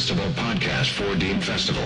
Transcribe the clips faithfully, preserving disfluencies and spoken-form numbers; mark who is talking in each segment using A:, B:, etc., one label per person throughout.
A: Festival podcast for Dean Festival.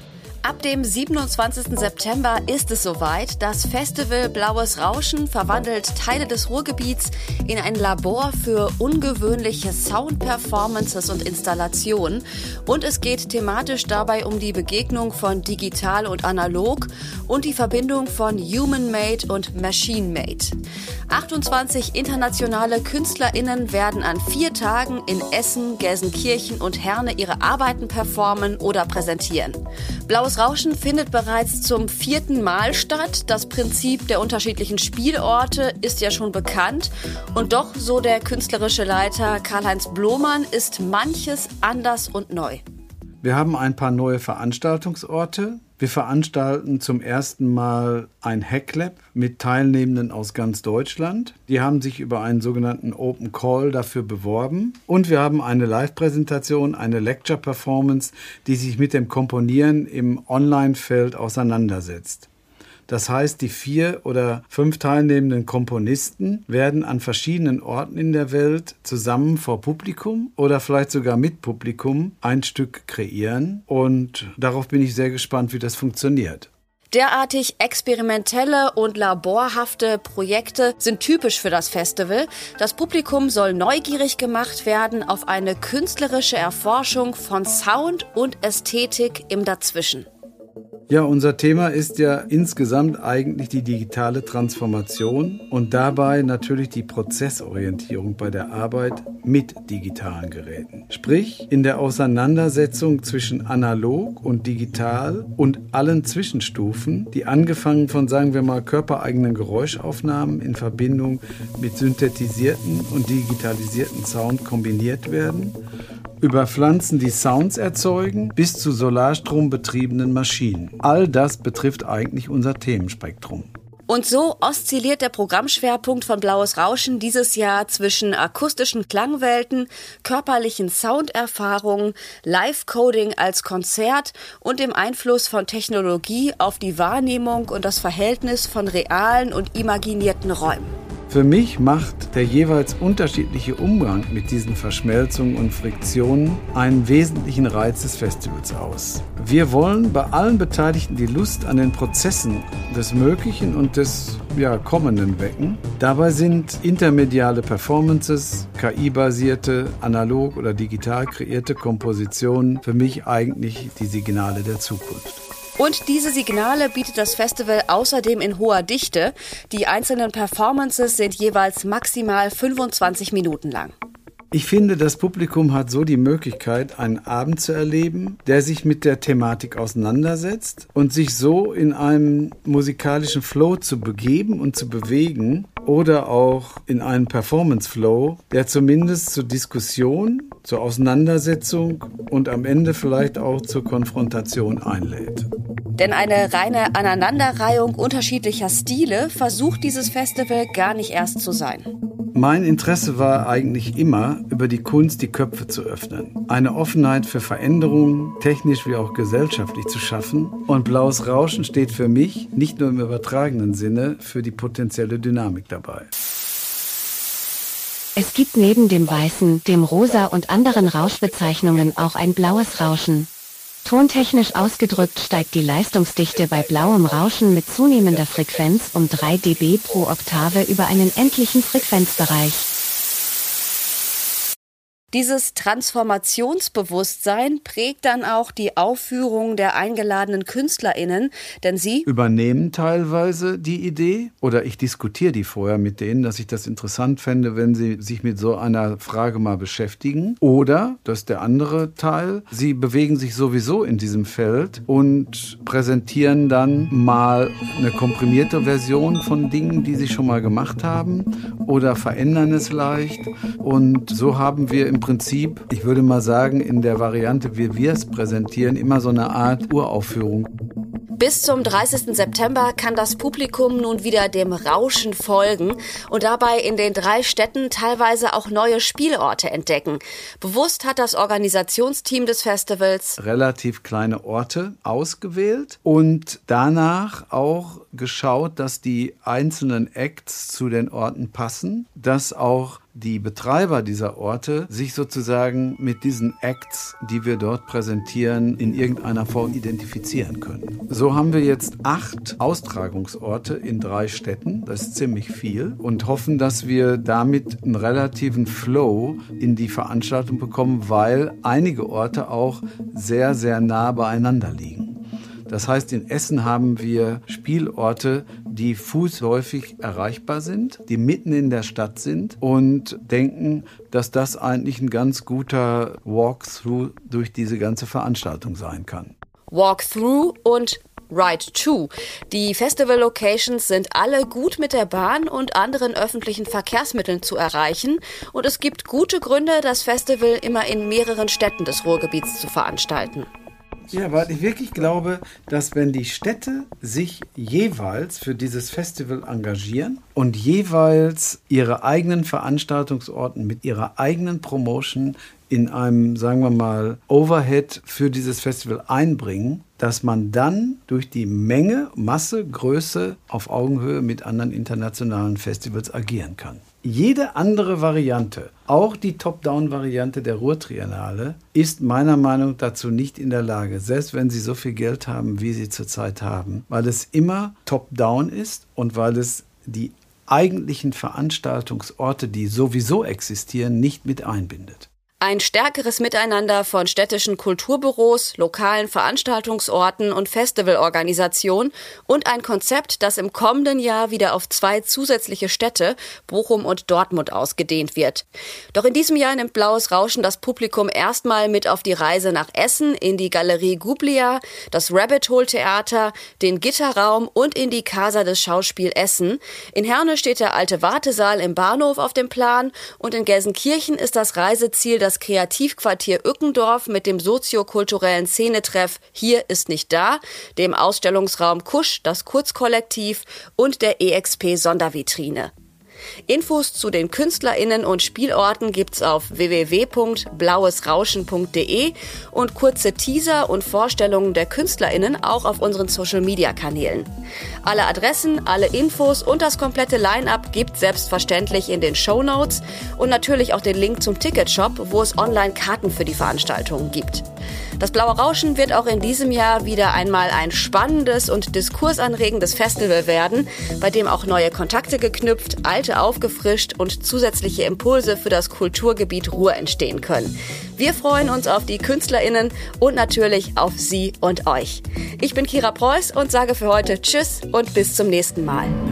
B: Ab dem siebenundzwanzigsten September ist es soweit. Das Festival Blaues Rauschen verwandelt Teile des Ruhrgebiets in ein Labor für ungewöhnliche Sound-Performances und Installationen. Und es geht thematisch dabei um die Begegnung von digital und analog und die Verbindung von Human-Made und Machine-Made. achtundzwanzig internationale KünstlerInnen werden an vier Tagen in Essen, Gelsenkirchen und Herne ihre Arbeiten performen oder präsentieren. Blaues Rauschen findet bereits zum vierten Mal statt. Das Prinzip der unterschiedlichen Spielorte ist ja schon bekannt. Und doch, so der künstlerische Leiter Karl-Heinz Blomann, ist manches anders und neu.
C: Wir haben ein paar neue Veranstaltungsorte. Wir veranstalten zum ersten Mal ein Hacklab mit Teilnehmenden aus ganz Deutschland. Die haben sich über einen sogenannten Open Call dafür beworben. Und wir haben eine Live-Präsentation, eine Lecture-Performance, die sich mit dem Komponieren im Online-Feld auseinandersetzt. Das heißt, die vier oder fünf teilnehmenden Komponisten werden an verschiedenen Orten in der Welt zusammen vor Publikum oder vielleicht sogar mit Publikum ein Stück kreieren. Und darauf bin ich sehr gespannt, wie das funktioniert.
B: Derartig experimentelle und laborhafte Projekte sind typisch für das Festival. Das Publikum soll neugierig gemacht werden auf eine künstlerische Erforschung von Sound und Ästhetik im Dazwischen.
C: Ja, unser Thema ist ja insgesamt eigentlich die digitale Transformation und dabei natürlich die Prozessorientierung bei der Arbeit mit digitalen Geräten. Sprich, in der Auseinandersetzung zwischen analog und digital und allen Zwischenstufen, die angefangen von, sagen wir mal, körpereigenen Geräuschaufnahmen in Verbindung mit synthetisierten und digitalisierten Sound kombiniert werden, über Pflanzen, die Sounds erzeugen, bis zu solarstrombetriebenen Maschinen. All das betrifft eigentlich unser Themenspektrum.
B: Und so oszilliert der Programmschwerpunkt von Blaues Rauschen dieses Jahr zwischen akustischen Klangwelten, körperlichen Sounderfahrungen, Live-Coding als Konzert und dem Einfluss von Technologie auf die Wahrnehmung und das Verhältnis von realen und imaginierten Räumen.
C: Für mich macht der jeweils unterschiedliche Umgang mit diesen Verschmelzungen und Friktionen einen wesentlichen Reiz des Festivals aus. Wir wollen bei allen Beteiligten die Lust an den Prozessen des Möglichen und des ja, Kommenden wecken. Dabei sind intermediale Performances, K I-basierte, analog oder digital kreierte Kompositionen für mich eigentlich die Signale der Zukunft.
B: Und diese Signale bietet das Festival außerdem in hoher Dichte. Die einzelnen Performances sind jeweils maximal fünfundzwanzig Minuten lang.
C: Ich finde, das Publikum hat so die Möglichkeit, einen Abend zu erleben, der sich mit der Thematik auseinandersetzt und sich so in einem musikalischen Flow zu begeben und zu bewegen oder auch in einen Performance-Flow, der zumindest zur Diskussion, zur Auseinandersetzung und am Ende vielleicht auch zur Konfrontation einlädt.
B: Denn eine reine Aneinanderreihung unterschiedlicher Stile versucht dieses Festival gar nicht erst zu sein.
C: Mein Interesse war eigentlich immer, über die Kunst die Köpfe zu öffnen, eine Offenheit für Veränderungen, technisch wie auch gesellschaftlich zu schaffen. Und Blaues Rauschen steht für mich, nicht nur im übertragenen Sinne, für die potenzielle Dynamik dabei.
D: Es gibt neben dem Weißen, dem Rosa und anderen Rauschbezeichnungen auch ein blaues Rauschen. Tontechnisch ausgedrückt steigt die Leistungsdichte bei blauem Rauschen mit zunehmender Frequenz um drei Dezibel pro Oktave über einen endlichen Frequenzbereich.
B: Dieses Transformationsbewusstsein prägt dann auch die Aufführung der eingeladenen KünstlerInnen, denn sie
C: übernehmen teilweise die Idee oder ich diskutiere die vorher mit denen, dass ich das interessant fände, wenn sie sich mit so einer Frage mal beschäftigen. Oder, das ist der andere Teil, sie bewegen sich sowieso in diesem Feld und präsentieren dann mal eine komprimierte Version von Dingen, die sie schon mal gemacht haben oder verändern es leicht. Und so haben wir im Prinzip, ich würde mal sagen, in der Variante, wie wir es präsentieren, immer so eine Art Uraufführung.
B: Bis zum dreißigsten September kann das Publikum nun wieder dem Rauschen folgen und dabei in den drei Städten teilweise auch neue Spielorte entdecken. Bewusst hat das Organisationsteam des Festivals
C: relativ kleine Orte ausgewählt und danach auch geschaut, dass die einzelnen Acts zu den Orten passen, dass auch die Betreiber dieser Orte sich sozusagen mit diesen Acts, die wir dort präsentieren, in irgendeiner Form identifizieren können. So haben wir jetzt acht Austragungsorte in drei Städten, das ist ziemlich viel, und hoffen, dass wir damit einen relativen Flow in die Veranstaltung bekommen, weil einige Orte auch sehr, sehr nah beieinander liegen. Das heißt, in Essen haben wir Spielorte, die fußläufig erreichbar sind, die mitten in der Stadt sind und denken, dass das eigentlich ein ganz guter Walkthrough durch diese ganze Veranstaltung sein kann.
B: Walkthrough und Ride to. Die Festival-Locations sind alle gut mit der Bahn und anderen öffentlichen Verkehrsmitteln zu erreichen und es gibt gute Gründe, das Festival immer in mehreren Städten des Ruhrgebiets zu veranstalten.
C: Ja, weil ich wirklich glaube, dass wenn die Städte sich jeweils für dieses Festival engagieren und jeweils ihre eigenen Veranstaltungsorten mit ihrer eigenen Promotion in einem, sagen wir mal, Overhead für dieses Festival einbringen, dass man dann durch die Menge, Masse, Größe auf Augenhöhe mit anderen internationalen Festivals agieren kann. Jede andere Variante, auch die Top-Down-Variante der Ruhrtriennale, ist meiner Meinung nach dazu nicht in der Lage, selbst wenn sie so viel Geld haben, wie sie zurzeit haben, weil es immer Top-Down ist und weil es die eigentlichen Veranstaltungsorte, die sowieso existieren, nicht mit einbindet.
B: Ein stärkeres Miteinander von städtischen Kulturbüros, lokalen Veranstaltungsorten und Festivalorganisationen und ein Konzept, das im kommenden Jahr wieder auf zwei zusätzliche Städte, Bochum und Dortmund, ausgedehnt wird. Doch in diesem Jahr nimmt Blaues Rauschen das Publikum erstmal mit auf die Reise nach Essen, in die Galerie Gublia, das Rabbit Hole Theater, den Gitterraum und in die Casa des Schauspiel Essen. In Herne steht der alte Wartesaal im Bahnhof auf dem Plan und in Gelsenkirchen ist das Reiseziel das Kreativquartier Ückendorf mit dem soziokulturellen Szenetreff Hier ist nicht da, dem Ausstellungsraum Kusch, das Kurzkollektiv und der E X P-Sondervitrine. Infos zu den KünstlerInnen und Spielorten gibt's auf w w w punkt blaues rauschen punkt d e und kurze Teaser und Vorstellungen der KünstlerInnen auch auf unseren Social-Media-Kanälen. Alle Adressen, alle Infos und das komplette Line-Up gibt's selbstverständlich in den Shownotes und natürlich auch den Link zum Ticketshop, wo es online Karten für die Veranstaltungen gibt. Das Blaue Rauschen wird auch in diesem Jahr wieder einmal ein spannendes und diskursanregendes Festival werden, bei dem auch neue Kontakte geknüpft, alte aufgefrischt und zusätzliche Impulse für das Kulturgebiet Ruhr entstehen können. Wir freuen uns auf die KünstlerInnen und natürlich auf Sie und euch. Ich bin Kira Preuß und sage für heute Tschüss und bis zum nächsten Mal.